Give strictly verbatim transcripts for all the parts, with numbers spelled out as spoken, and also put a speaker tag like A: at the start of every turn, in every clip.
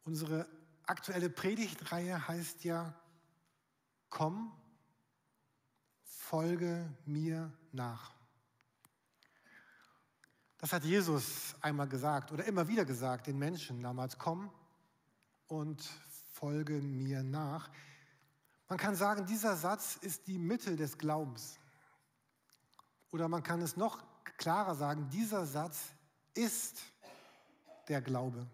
A: Unsere aktuelle Predigtreihe heißt ja, komm, folge mir nach. Das hat Jesus einmal gesagt oder immer wieder gesagt den Menschen damals, komm und folge mir nach. Man kann sagen, dieser Satz ist die Mitte des Glaubens. Oder man kann es noch klarer sagen, dieser Satz ist der Glaube.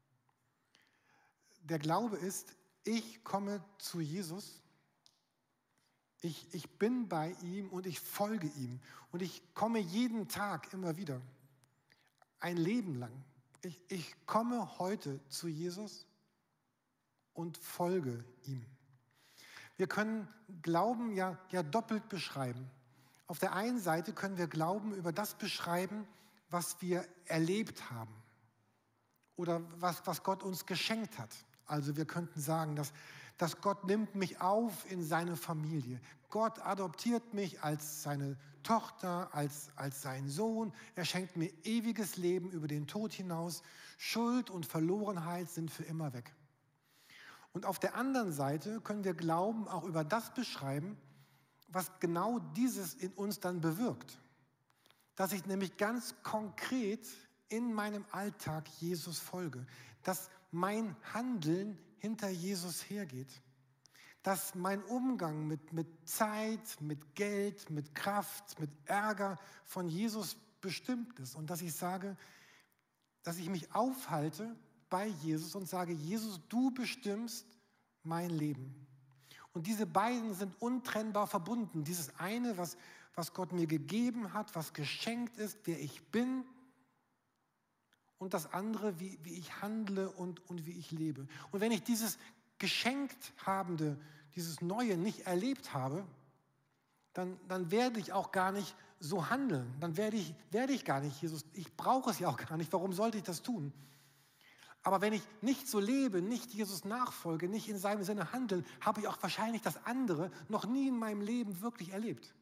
A: Der Glaube ist, ich komme zu Jesus, ich, ich bin bei ihm und ich folge ihm. Und ich komme jeden Tag immer wieder, ein Leben lang. Ich, ich komme heute zu Jesus und folge ihm. Wir können Glauben ja, ja doppelt beschreiben. Auf der einen Seite können wir Glauben über das beschreiben, was wir erlebt haben oder was, was Gott uns geschenkt hat. Also wir könnten sagen, dass, dass Gott nimmt mich auf in seine Familie. Gott adoptiert mich als seine Tochter, als, als sein Sohn. Er schenkt mir ewiges Leben über den Tod hinaus. Schuld und Verlorenheit sind für immer weg. Und auf der anderen Seite können wir Glauben auch über das beschreiben, was genau dieses in uns dann bewirkt. Dass ich nämlich ganz konkret in meinem Alltag Jesus folge. Dass mein Handeln hinter Jesus hergeht. Dass mein Umgang mit, mit Zeit, mit Geld, mit Kraft, mit Ärger von Jesus bestimmt ist. Und dass ich sage, dass ich mich aufhalte bei Jesus und sage, Jesus, du bestimmst mein Leben. Und diese beiden sind untrennbar verbunden. Dieses eine, was, was Gott mir gegeben hat, was geschenkt ist, wer ich bin. Und das andere, wie, wie ich handle und, und wie ich lebe. Und wenn ich dieses geschenkt habende, dieses Neue nicht erlebt habe, dann, dann werde ich auch gar nicht so handeln. Dann werde ich, werde ich gar nicht, Jesus, ich brauche es ja auch gar nicht. Warum sollte ich das tun? Aber wenn ich nicht so lebe, nicht Jesus nachfolge, nicht in seinem Sinne handle, habe ich auch wahrscheinlich das andere noch nie in meinem Leben wirklich erlebt.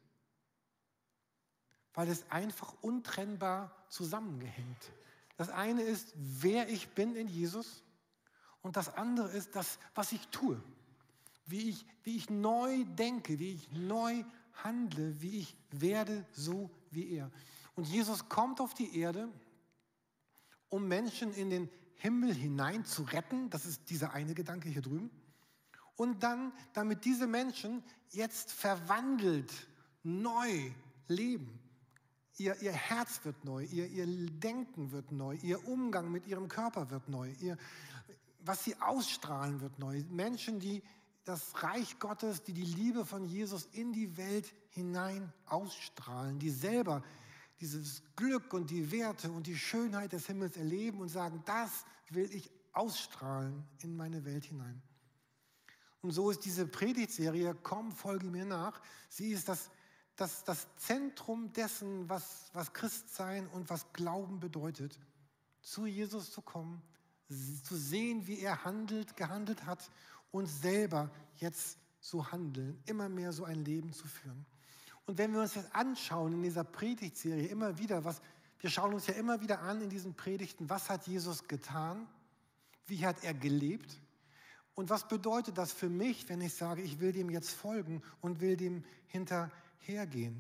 A: Weil es einfach untrennbar zusammengehängt. Das eine ist, wer ich bin in Jesus und das andere ist das, was ich tue. Wie ich, wie ich neu denke, wie ich neu handle, wie ich werde, so wie er. Und Jesus kommt auf die Erde, um Menschen in den Himmel hinein zu retten. Das ist dieser eine Gedanke hier drüben. Und dann, damit diese Menschen jetzt verwandelt, neu leben. Ihr, ihr Herz wird neu, ihr, ihr Denken wird neu, ihr Umgang mit ihrem Körper wird neu, ihr, was sie ausstrahlen wird neu. Menschen, die das Reich Gottes, die die Liebe von Jesus in die Welt hinein ausstrahlen, die selber dieses Glück und die Werte und die Schönheit des Himmels erleben und sagen, das will ich ausstrahlen in meine Welt hinein. Und so ist diese Predigtserie, komm, folge mir nach, sie ist das Das, das Zentrum dessen, was, was Christsein und was Glauben bedeutet, zu Jesus zu kommen, zu sehen, wie er handelt, gehandelt hat und selber jetzt so handeln, immer mehr so ein Leben zu führen. Und wenn wir uns das anschauen in dieser Predigtserie immer wieder, was, wir schauen uns ja immer wieder an in diesen Predigten, was hat Jesus getan, wie hat er gelebt und was bedeutet das für mich, wenn ich sage, ich will dem jetzt folgen und will dem hinterher hergehen.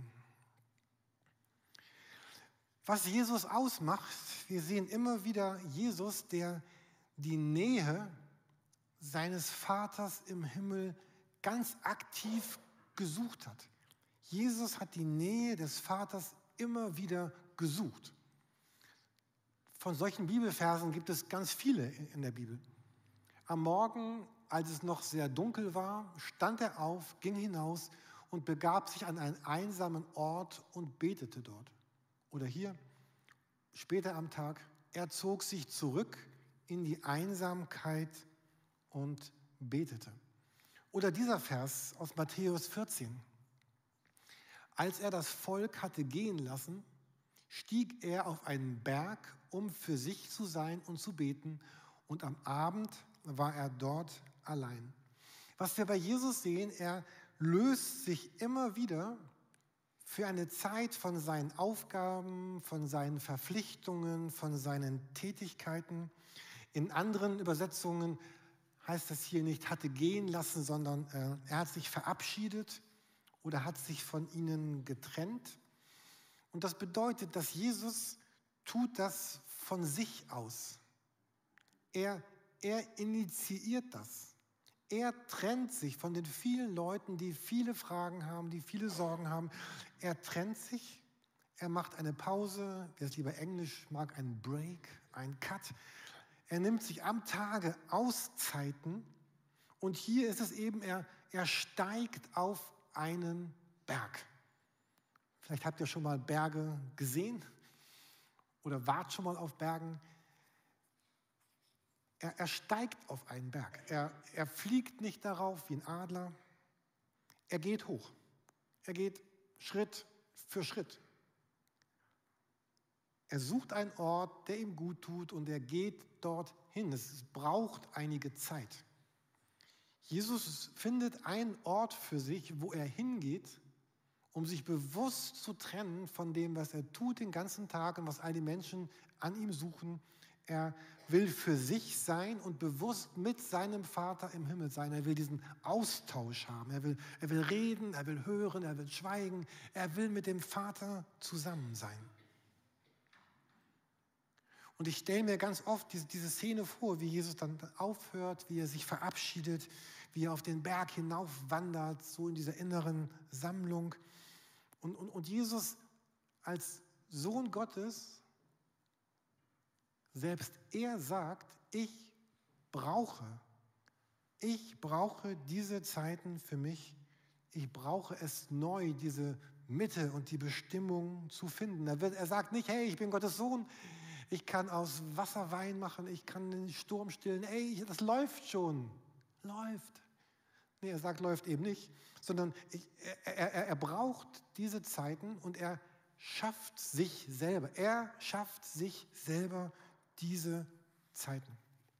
A: Was Jesus ausmacht, wir sehen immer wieder Jesus, der die Nähe seines Vaters im Himmel ganz aktiv gesucht hat. Jesus hat die Nähe des Vaters immer wieder gesucht. Von solchen Bibelversen gibt es ganz viele in der Bibel. Am Morgen, als es noch sehr dunkel war, stand er auf, ging hinaus und begab sich an einen einsamen Ort und betete dort. Oder hier, später am Tag, er zog sich zurück in die Einsamkeit und betete. Oder dieser Vers aus Matthäus vierzehn. Als er das Volk hatte gehen lassen, stieg er auf einen Berg, um für sich zu sein und zu beten. Und am Abend war er dort allein. Was wir bei Jesus sehen, er löst sich immer wieder für eine Zeit von seinen Aufgaben, von seinen Verpflichtungen, von seinen Tätigkeiten. In anderen Übersetzungen heißt das hier nicht, hatte gehen lassen, sondern äh, er hat sich verabschiedet oder hat sich von ihnen getrennt. Und das bedeutet, dass Jesus tut das von sich aus. Er, er initiiert das. Er trennt sich von den vielen Leuten, die viele Fragen haben, die viele Sorgen haben. Er trennt sich, er macht eine Pause, wer es lieber Englisch mag, einen Break, einen Cut. Er nimmt sich am Tage Auszeiten und hier ist es eben, er, er steigt auf einen Berg. Vielleicht habt ihr schon mal Berge gesehen oder wart schon mal auf Bergen. Er, er steigt auf einen Berg. Er, er fliegt nicht darauf wie ein Adler. Er geht hoch. Er geht Schritt für Schritt. Er sucht einen Ort, der ihm gut tut und er geht dorthin. Es braucht einige Zeit. Jesus findet einen Ort für sich, wo er hingeht, um sich bewusst zu trennen von dem, was er tut den ganzen Tag und was all die Menschen an ihm suchen. Er will für sich sein und bewusst mit seinem Vater im Himmel sein. Er will diesen Austausch haben. Er will, er will reden, er will hören, er will schweigen. Er will mit dem Vater zusammen sein. Und ich stelle mir ganz oft diese, diese Szene vor, wie Jesus dann aufhört, wie er sich verabschiedet, wie er auf den Berg hinauf wandert, so in dieser inneren Sammlung. Und, und, und Jesus als Sohn Gottes, selbst er sagt, ich brauche, ich brauche diese Zeiten für mich. Ich brauche es neu, diese Mitte und die Bestimmung zu finden. Er, wird, er sagt nicht, hey, ich bin Gottes Sohn, ich kann aus Wasser Wein machen, ich kann den Sturm stillen. Ey, das läuft schon. Läuft. Nee, er sagt, läuft eben nicht, sondern ich, er, er, er braucht diese Zeiten und er schafft sich selber. Er schafft sich selber diese Zeiten.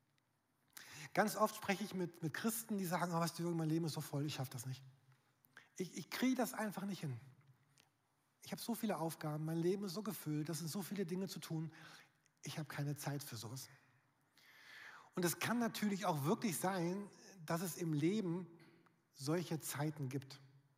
A: Ganz oft spreche ich mit, mit Christen, die sagen, oh, weißt du, mein Leben ist so voll, ich schaffe das nicht. Ich, ich kriege das einfach nicht hin. Ich habe so viele Aufgaben, mein Leben ist so gefüllt, das sind so viele Dinge zu tun. Ich habe keine Zeit für sowas. Und es kann natürlich auch wirklich sein, dass es im Leben solche Zeiten gibt.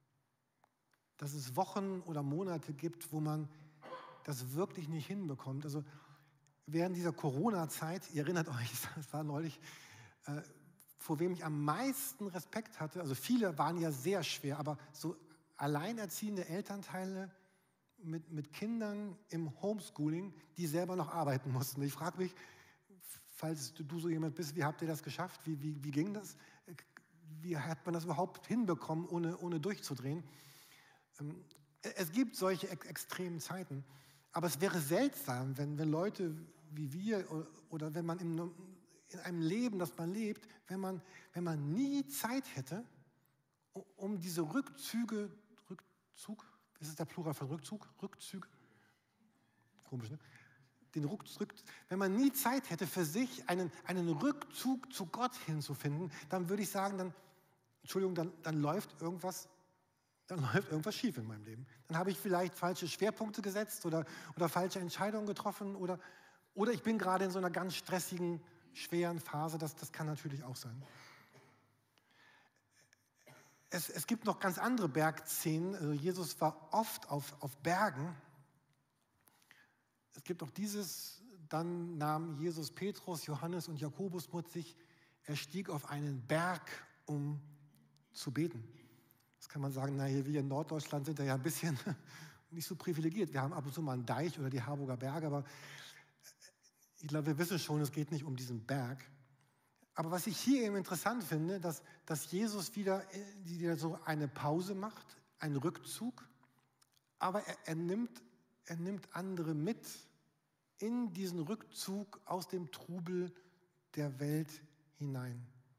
A: Dass es Wochen oder Monate gibt, wo man das wirklich nicht hinbekommt. Also während dieser Corona-Zeit, ihr erinnert euch, das war neulich, äh, vor wem ich am meisten Respekt hatte, also viele waren ja sehr schwer, aber so alleinerziehende Elternteile, Mit, mit Kindern im Homeschooling, die selber noch arbeiten mussten. Ich frage mich, falls du, du so jemand bist, wie habt ihr das geschafft? Wie, wie, wie ging das? Wie hat man das überhaupt hinbekommen, ohne, ohne durchzudrehen? Es gibt solche ex extremen Zeiten, aber es wäre seltsam, wenn, wenn Leute wie wir oder, oder wenn man in, in einem Leben, das man lebt, wenn man, wenn man nie Zeit hätte, um diese Rückzüge, Rückzug, ist es der Plural von Rückzug? Rückzüge? Komisch, ne? Den Rückzug, wenn man nie Zeit hätte für sich, einen, einen Rückzug zu Gott hinzufinden, dann würde ich sagen, dann, Entschuldigung, dann, dann läuft irgendwas, dann läuft irgendwas schief in meinem Leben. Dann habe ich vielleicht falsche Schwerpunkte gesetzt oder, oder falsche Entscheidungen getroffen oder, oder ich bin gerade in so einer ganz stressigen, schweren Phase. Das, das kann natürlich auch sein. Es, es gibt noch ganz andere Bergszenen. Also Jesus war oft auf, auf Bergen. Es gibt auch dieses, dann nahm Jesus Petrus, Johannes und Jakobus mit sich. Er stieg auf einen Berg, um zu beten. Das kann man sagen, na, hier wir in Norddeutschland sind da ja ein bisschen nicht so privilegiert. Wir haben ab und zu mal einen Deich oder die Harburger Berge, aber ich glaube, wir wissen schon, es geht nicht um diesen Berg. Aber was ich hier eben interessant finde, dass, dass Jesus wieder, wieder so eine Pause macht, einen Rückzug, aber er, er, nimmt, er nimmt andere mit in diesen Rückzug aus dem Trubel der Welt hinein.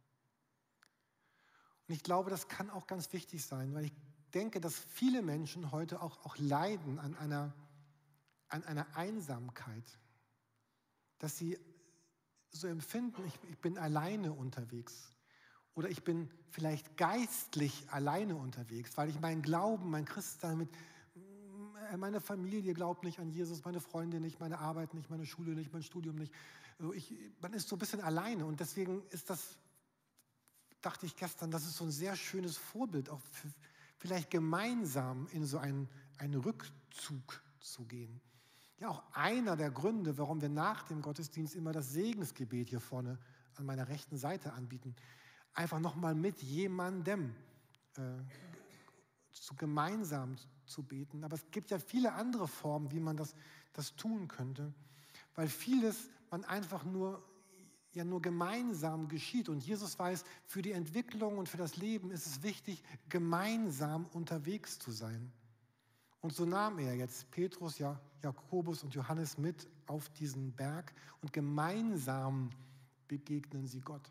A: Und ich glaube, das kann auch ganz wichtig sein, weil ich denke, dass viele Menschen heute auch, auch leiden an einer, an einer Einsamkeit, dass sie so empfinden, ich, ich bin alleine unterwegs oder ich bin vielleicht geistlich alleine unterwegs, weil ich meinen Glauben, mein Christsein mit äh, meine Familie glaubt nicht an Jesus, meine Freunde nicht, meine Arbeit nicht, meine Schule nicht, mein Studium nicht. Also ich, man ist so ein bisschen alleine und deswegen ist das, dachte ich gestern, das ist so ein sehr schönes Vorbild, auch für, vielleicht gemeinsam in so einen, einen Rückzug zu gehen. Ja, auch einer der Gründe, warum wir nach dem Gottesdienst immer das Segensgebet hier vorne an meiner rechten Seite anbieten. Einfach nochmal mit jemandem äh, zu gemeinsam zu beten. Aber es gibt ja viele andere Formen, wie man das, das tun könnte, weil vieles man einfach nur, ja nur gemeinsam geschieht. Und Jesus weiß, für die Entwicklung und für das Leben ist es wichtig, gemeinsam unterwegs zu sein. Und so nahm er jetzt Petrus, ja, Jakobus und Johannes mit auf diesen Berg und gemeinsam begegnen sie Gott.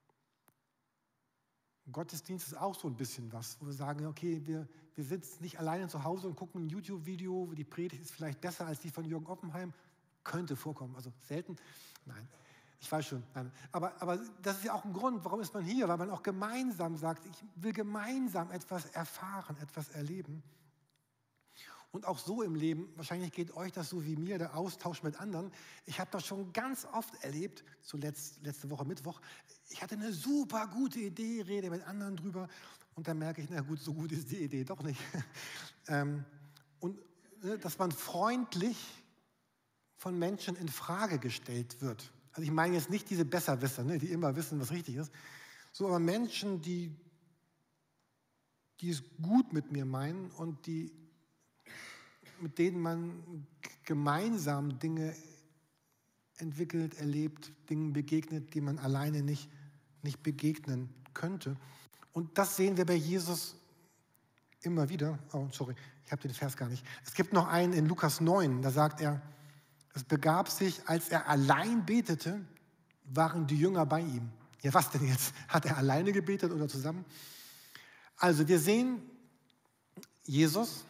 A: Gottesdienst ist auch so ein bisschen was, wo wir sagen, okay, wir, wir sitzen nicht alleine zu Hause und gucken ein YouTube-Video, die Predigt ist vielleicht besser als die von Jürgen Oppenheim. Könnte vorkommen, also selten. Nein, ich weiß schon. Nein. Aber, aber das ist ja auch ein Grund, warum ist man hier, weil man auch gemeinsam sagt, ich will gemeinsam etwas erfahren, etwas erleben. Und auch so im Leben, wahrscheinlich geht euch das so wie mir, der Austausch mit anderen. Ich habe das schon ganz oft erlebt, zuletzt letzte Woche Mittwoch. Ich hatte eine super gute Idee, rede mit anderen drüber und dann merke ich, na gut, so gut ist die Idee doch nicht. ähm, und ne, dass man freundlich von Menschen in Frage gestellt wird. Also ich meine jetzt nicht diese Besserwisser, ne, die immer wissen, was richtig ist, so aber Menschen, die, die es gut mit mir meinen und die mit denen man gemeinsam Dinge entwickelt, erlebt, Dingen begegnet, die man alleine nicht, nicht begegnen könnte. Und das sehen wir bei Jesus immer wieder. Oh, sorry, ich habe den Vers gar nicht. Es gibt noch einen in Lukas neun, da sagt er, es begab sich, als er allein betete, waren die Jünger bei ihm. Ja, was denn jetzt? Hat er alleine gebetet oder zusammen? Also wir sehen Jesus,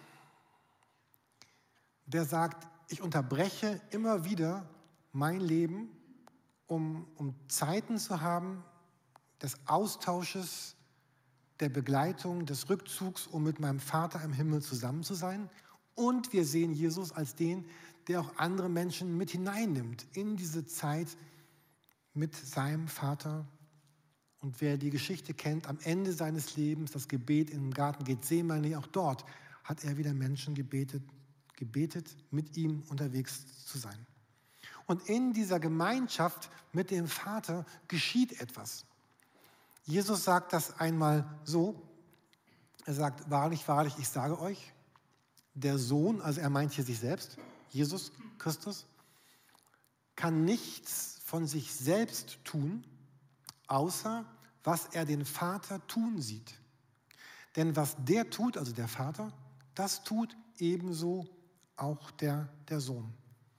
A: der sagt, ich unterbreche immer wieder mein Leben, um, um Zeiten zu haben des Austausches, der Begleitung, des Rückzugs, um mit meinem Vater im Himmel zusammen zu sein. Und wir sehen Jesus als den, der auch andere Menschen mit hineinnimmt in diese Zeit mit seinem Vater. Und wer die Geschichte kennt, am Ende seines Lebens, das Gebet im Garten Gethsemane, auch dort hat er wieder Menschen gebetet, gebetet, mit ihm unterwegs zu sein. Und in dieser Gemeinschaft mit dem Vater geschieht etwas. Jesus sagt das einmal so, er sagt, wahrlich, wahrlich, ich sage euch, der Sohn, also er meint hier sich selbst, Jesus Christus, kann nichts von sich selbst tun, außer was er den Vater tun sieht. Denn was der tut, also der Vater, das tut ebenso auch der, der Sohn.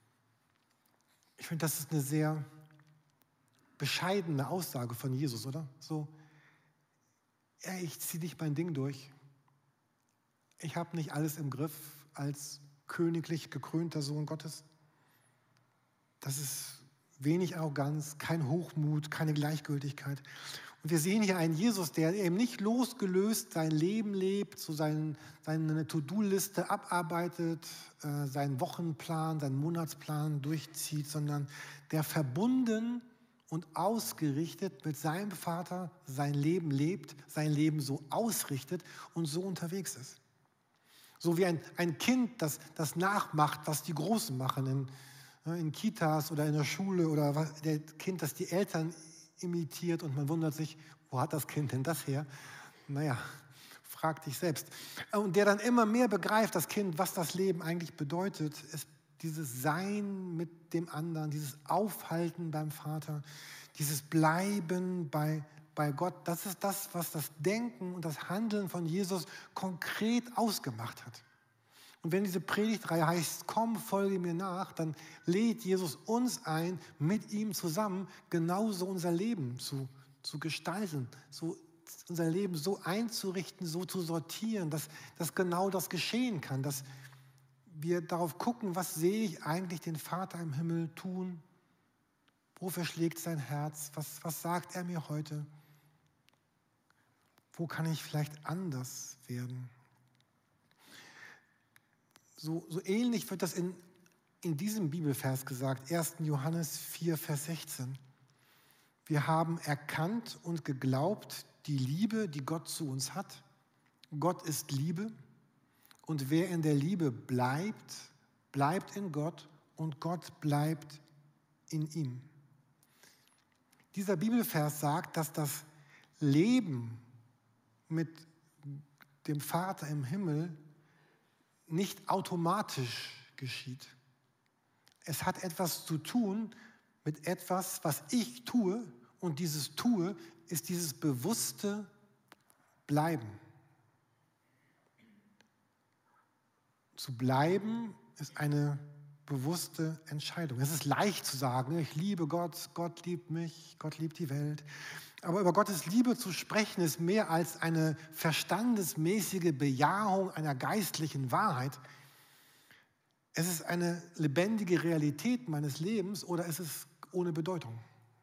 A: Ich finde, das ist eine sehr bescheidene Aussage von Jesus, oder? So, ja, ich ziehe nicht mein Ding durch. Ich habe nicht alles im Griff als königlich gekrönter Sohn Gottes. Das ist wenig Arroganz, kein Hochmut, keine Gleichgültigkeit. Und wir sehen hier einen Jesus, der eben nicht losgelöst sein Leben lebt, so sein, seine To-Do-Liste abarbeitet, äh, seinen Wochenplan, seinen Monatsplan durchzieht, sondern der verbunden und ausgerichtet mit seinem Vater sein Leben lebt, sein Leben so ausrichtet und so unterwegs ist. So wie ein, ein Kind, das, das nachmacht, was die Großen machen in, in Kitas oder in der Schule oder was, der Kind, das die Eltern imitiert und man wundert sich, wo hat das Kind denn das her? Naja, frag dich selbst. Und der dann immer mehr begreift, das Kind, was das Leben eigentlich bedeutet, ist dieses Sein mit dem anderen, dieses Aufhalten beim Vater, dieses Bleiben bei, bei Gott. Das ist das, was das Denken und das Handeln von Jesus konkret ausgemacht hat. Und wenn diese Predigtreihe heißt, komm, folge mir nach, dann lädt Jesus uns ein, mit ihm zusammen genauso unser Leben zu, zu gestalten, so unser Leben so einzurichten, so zu sortieren, dass, dass genau das geschehen kann, dass wir darauf gucken, was sehe ich eigentlich den Vater im Himmel tun, wofür schlägt sein Herz, was, was sagt er mir heute, wo kann ich vielleicht anders werden. So, so ähnlich wird das in, in diesem Bibelvers gesagt, erster Johannes vier, Vers sechzehn. Wir haben erkannt und geglaubt die Liebe, die Gott zu uns hat. Gott ist Liebe und wer in der Liebe bleibt, bleibt in Gott und Gott bleibt in ihm. Dieser Bibelvers sagt, dass das Leben mit dem Vater im Himmel nicht automatisch geschieht. Es hat etwas zu tun mit etwas, was ich tue, und dieses Tue ist dieses bewusste Bleiben. Zu bleiben ist eine bewusste Entscheidung. Es ist leicht zu sagen, ich liebe Gott, Gott liebt mich, Gott liebt die Welt. Aber über Gottes Liebe zu sprechen, ist mehr als eine verstandesmäßige Bejahung einer geistlichen Wahrheit. Es ist eine lebendige Realität meines Lebens oder es ist ohne Bedeutung.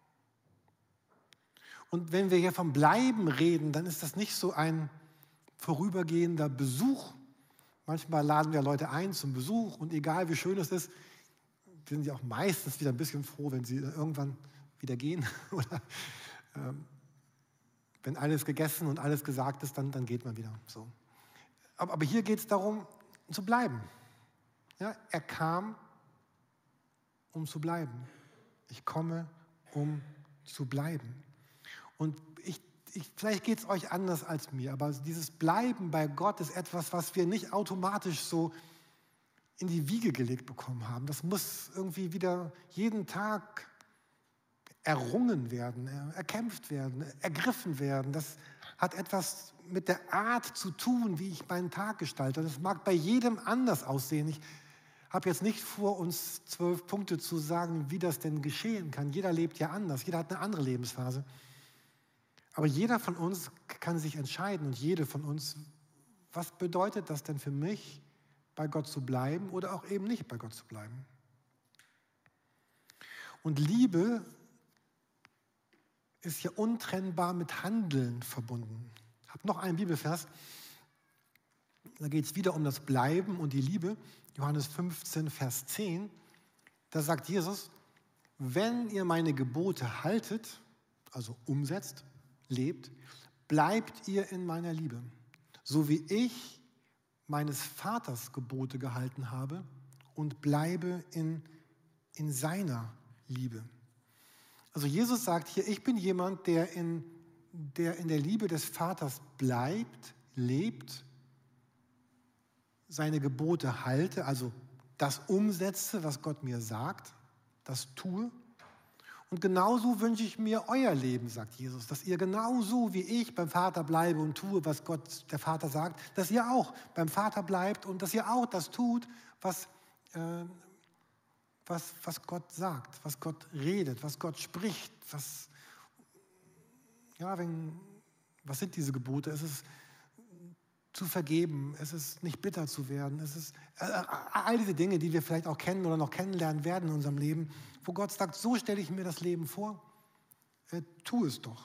A: Und wenn wir hier vom Bleiben reden, dann ist das nicht so ein vorübergehender Besuch. Manchmal laden wir Leute ein zum Besuch und egal wie schön es ist, sind sie auch meistens wieder ein bisschen froh, wenn sie irgendwann wieder gehen oder ähm, wenn alles gegessen und alles gesagt ist, dann, dann geht man wieder. So. Aber, aber hier geht es darum, zu bleiben. Ja, er kam, um zu bleiben. Ich komme, um zu bleiben. Und ich, ich, vielleicht geht es euch anders als mir, aber dieses Bleiben bei Gott ist etwas, was wir nicht automatisch so in die Wiege gelegt bekommen haben. Das muss irgendwie wieder jeden Tag errungen werden, erkämpft werden, ergriffen werden. Das hat etwas mit der Art zu tun, wie ich meinen Tag gestalte. Das mag bei jedem anders aussehen. Ich habe jetzt nicht vor, uns zwölf Punkte zu sagen, wie das denn geschehen kann. Jeder lebt ja anders, jeder hat eine andere Lebensphase. Aber jeder von uns kann sich entscheiden und jede von uns, was bedeutet das denn für mich, bei Gott zu bleiben oder auch eben nicht bei Gott zu bleiben? Und Liebe ist ja untrennbar mit Handeln verbunden. Ich habe noch einen Bibelvers, da geht es wieder um das Bleiben und die Liebe. Johannes fünfzehn, Vers zehn, da sagt Jesus, wenn ihr meine Gebote haltet, also umsetzt, lebt, bleibt ihr in meiner Liebe, so wie ich meines Vaters Gebote gehalten habe und bleibe in, in seiner Liebe. Also Jesus sagt hier, ich bin jemand, der in, der in der Liebe des Vaters bleibt, lebt, seine Gebote halte, also das umsetze, was Gott mir sagt, das tue. Und genauso wünsche ich mir euer Leben, sagt Jesus, dass ihr genauso wie ich beim Vater bleibe und tue, was Gott, der Vater sagt, dass ihr auch beim Vater bleibt und dass ihr auch das tut, was, äh, was, was Gott sagt, was Gott redet, was Gott spricht. Was, ja, wenn, was sind diese Gebote? Es ist zu vergeben, es ist nicht bitter zu werden, es ist äh, all diese Dinge, die wir vielleicht auch kennen oder noch kennenlernen werden in unserem Leben, wo Gott sagt, so stelle ich mir das Leben vor, äh, tu es doch.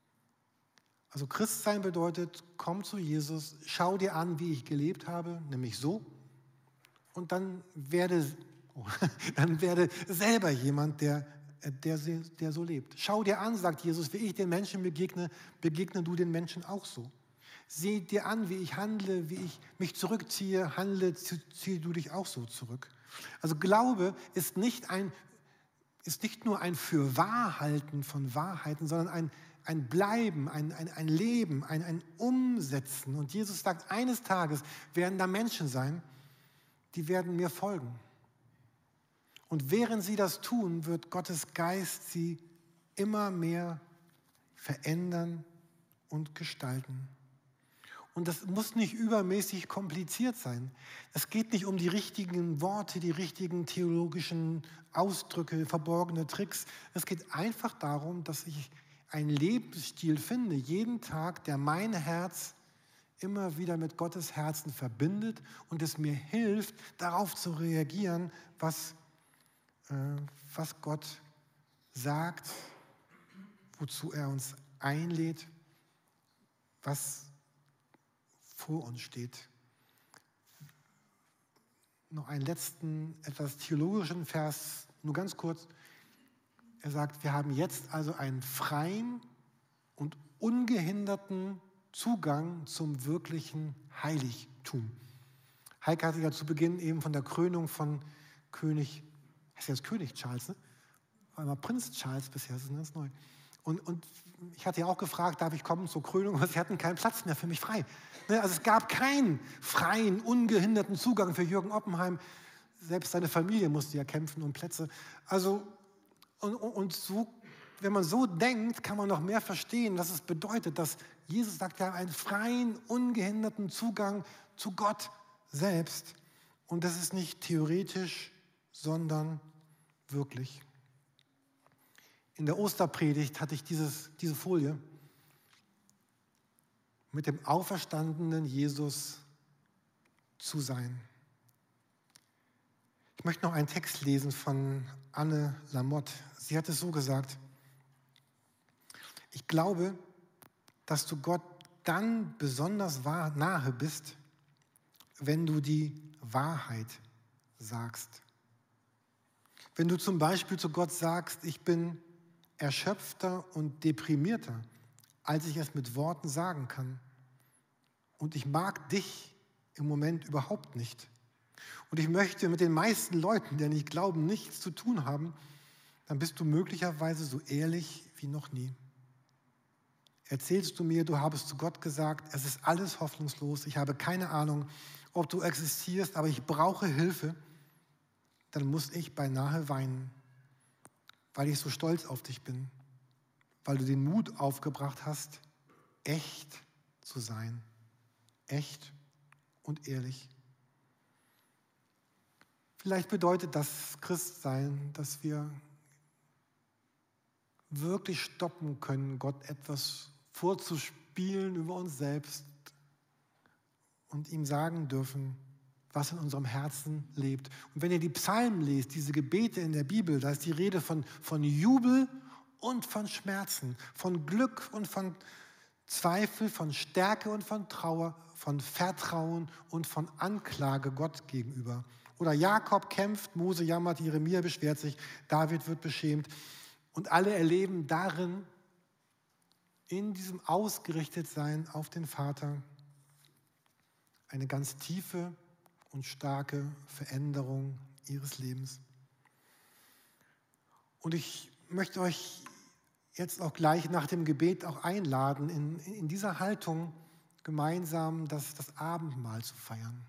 A: Also Christsein bedeutet, komm zu Jesus, schau dir an, wie ich gelebt habe, nämlich so, und dann werde, oh, dann werde selber jemand, der, der, der so lebt. Schau dir an, sagt Jesus, wie ich den Menschen begegne, begegne du den Menschen auch so. Sieh dir an, wie ich handle, wie ich mich zurückziehe, handle, ziehe du dich auch so zurück. Also Glaube ist nicht, ein, ist nicht nur ein Fürwahrhalten von Wahrheiten, sondern ein, ein Bleiben, ein, ein, ein Leben, ein, ein Umsetzen. Und Jesus sagt, eines Tages werden da Menschen sein, die werden mir folgen. Und während sie das tun, wird Gottes Geist sie immer mehr verändern und gestalten. Und das muss nicht übermäßig kompliziert sein. Es geht nicht um die richtigen Worte, die richtigen theologischen Ausdrücke, verborgene Tricks. Es geht einfach darum, dass ich einen Lebensstil finde, jeden Tag, der mein Herz immer wieder mit Gottes Herzen verbindet und es mir hilft, darauf zu reagieren, was, äh, was Gott sagt, wozu er uns einlädt, was vor uns steht. noch einen letzten, etwas theologischen Vers, nur ganz kurz. Er sagt, wir haben jetzt also einen freien und ungehinderten Zugang zum wirklichen Heiligtum. Heike hatte ja zu Beginn eben von der Krönung von König, heißt ja jetzt König Charles, ne? War immer Prinz Charles bisher, das ist ganz neu. Und, und ich hatte ja auch gefragt, darf ich kommen zur Krönung? Aber sie hatten keinen Platz mehr für mich frei. Ne? Also es gab keinen freien, ungehinderten Zugang für Jürgen Oppenheim. Selbst seine Familie musste ja kämpfen um Plätze. Also, und, und so, wenn man so denkt, kann man noch mehr verstehen, was es bedeutet, dass Jesus sagt, wir haben einen freien, ungehinderten Zugang zu Gott selbst. Und das ist nicht theoretisch, sondern wirklich. In der Osterpredigt hatte ich dieses, diese Folie mit dem auferstandenen Jesus zu sein. Ich möchte noch einen Text lesen von Anne Lamott. Sie hat es so gesagt: Ich glaube, dass du Gott dann besonders nahe bist, wenn du die Wahrheit sagst. Wenn du zum Beispiel zu Gott sagst, ich bin erschöpfter und deprimierter, als ich es mit Worten sagen kann. Und ich mag dich im Moment überhaupt nicht. Und ich möchte mit den meisten Leuten, die nicht glauben, nichts zu tun haben, dann bist du möglicherweise so ehrlich wie noch nie. Erzählst du mir, du habest zu Gott gesagt, es ist alles hoffnungslos, ich habe keine Ahnung, ob du existierst, aber ich brauche Hilfe, dann muss ich beinahe weinen, weil ich so stolz auf dich bin, weil du den Mut aufgebracht hast, echt zu sein, echt und ehrlich. Vielleicht bedeutet das Christsein, dass wir wirklich stoppen können, Gott etwas vorzuspielen über uns selbst und ihm sagen dürfen, was in unserem Herzen lebt. Und wenn ihr die Psalmen lest, diese Gebete in der Bibel, da ist die Rede von, von Jubel und von Schmerzen, von Glück und von Zweifel, von Stärke und von Trauer, von Vertrauen und von Anklage Gott gegenüber. Oder Jakob kämpft, Mose jammert, Jeremia beschwert sich, David wird beschämt. Und alle erleben darin, in diesem Ausgerichtetsein auf den Vater, eine ganz tiefe und starke Veränderung ihres Lebens. Und ich möchte euch jetzt auch gleich nach dem Gebet auch einladen, in, in dieser Haltung gemeinsam das, das Abendmahl zu feiern.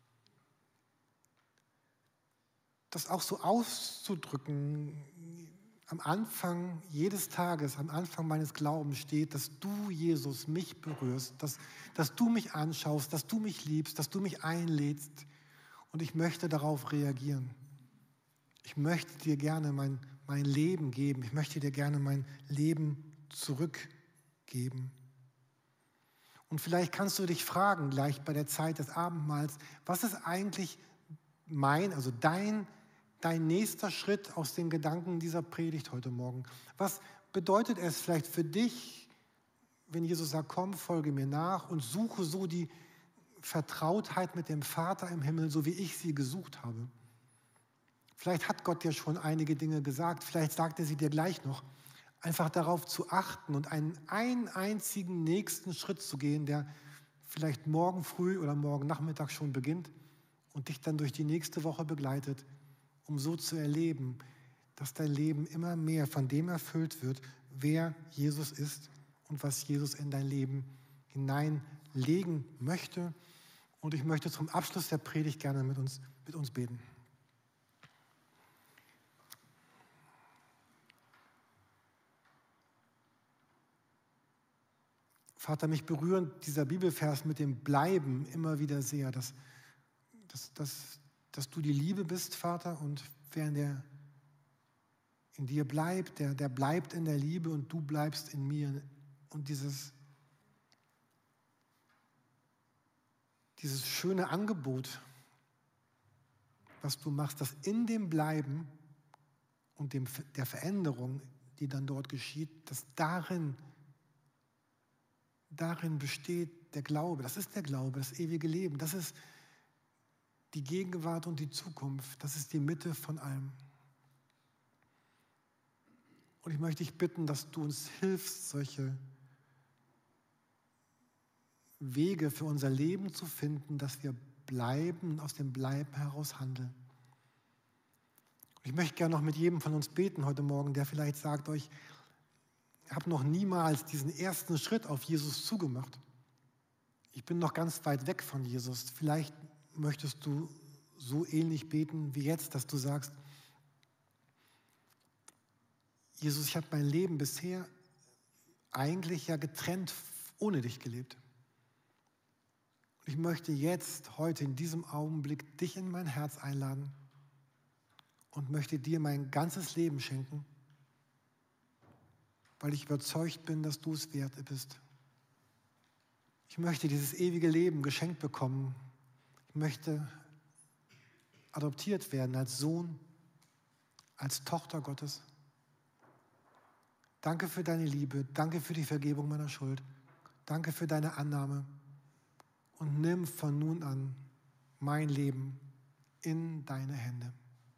A: Das auch so auszudrücken, am Anfang jedes Tages, am Anfang meines Glaubens steht, dass du, Jesus, mich berührst, dass, dass du mich anschaust, dass du mich liebst, dass du mich einlädst. Und ich möchte darauf reagieren. Ich möchte dir gerne mein, mein Leben geben. Ich möchte dir gerne mein Leben zurückgeben. Und vielleicht kannst du dich fragen, gleich bei der Zeit des Abendmahls, was ist eigentlich mein, also dein, dein nächster Schritt aus den Gedanken dieser Predigt heute Morgen? Was bedeutet es vielleicht für dich, wenn Jesus sagt, komm, folge mir nach und suche so die Vertrautheit mit dem Vater im Himmel, so wie ich sie gesucht habe? Vielleicht hat Gott dir schon einige Dinge gesagt, vielleicht sagt er sie dir gleich noch. Einfach darauf zu achten und einen, einen einzigen nächsten Schritt zu gehen, der vielleicht morgen früh oder morgen Nachmittag schon beginnt und dich dann durch die nächste Woche begleitet, um so zu erleben, dass dein Leben immer mehr von dem erfüllt wird, wer Jesus ist und was Jesus in dein Leben hineinlegen möchte. Und ich möchte zum Abschluss der Predigt gerne mit uns, mit uns beten. Vater, mich berührt dieser Bibelvers mit dem Bleiben immer wieder sehr, dass, dass, dass, dass du die Liebe bist, Vater, und wer in, der, in dir bleibt, der, der bleibt in der Liebe und du bleibst in mir. Und dieses, dieses schöne Angebot, was du machst, dass in dem Bleiben und dem, der Veränderung, die dann dort geschieht, dass darin Darin besteht der Glaube, das ist der Glaube, das ewige Leben. Das ist, die Gegenwart und die Zukunft. Das ist die Mitte von allem. Und ich möchte dich bitten, dass du uns hilfst, solche Wege für unser Leben zu finden, dass wir bleiben und aus dem Bleiben heraus handeln. Ich möchte gerne noch mit jedem von uns beten heute Morgen, der vielleicht sagt euch, ich habe noch niemals diesen ersten Schritt auf Jesus zugemacht. Ich bin noch ganz weit weg von Jesus. Vielleicht möchtest du so ähnlich beten wie jetzt, dass du sagst, Jesus, ich habe mein Leben bisher eigentlich ja getrennt ohne dich gelebt. Und ich möchte jetzt, heute, in diesem Augenblick, dich in mein Herz einladen und möchte dir mein ganzes Leben schenken, weil ich überzeugt bin, dass du es wert bist. Ich möchte dieses ewige Leben geschenkt bekommen. Ich möchte adoptiert werden als Sohn, als Tochter Gottes. Danke für deine Liebe, danke für die Vergebung meiner Schuld, danke für deine Annahme und nimm von nun an mein Leben in deine Hände.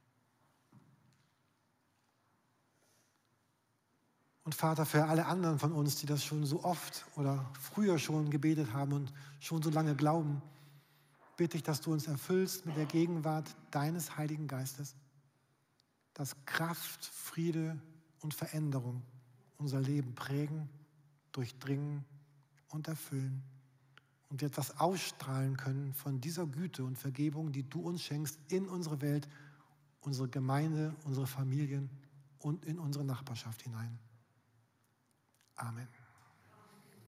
A: Und Vater, für alle anderen von uns, die das schon so oft oder früher schon gebetet haben und schon so lange glauben, bitte ich, dass du uns erfüllst mit der Gegenwart deines Heiligen Geistes, dass Kraft, Friede und Veränderung unser Leben prägen, durchdringen und erfüllen und wir etwas ausstrahlen können von dieser Güte und Vergebung, die du uns schenkst, in unsere Welt, unsere Gemeinde, unsere Familien und in unsere Nachbarschaft hinein. Amen.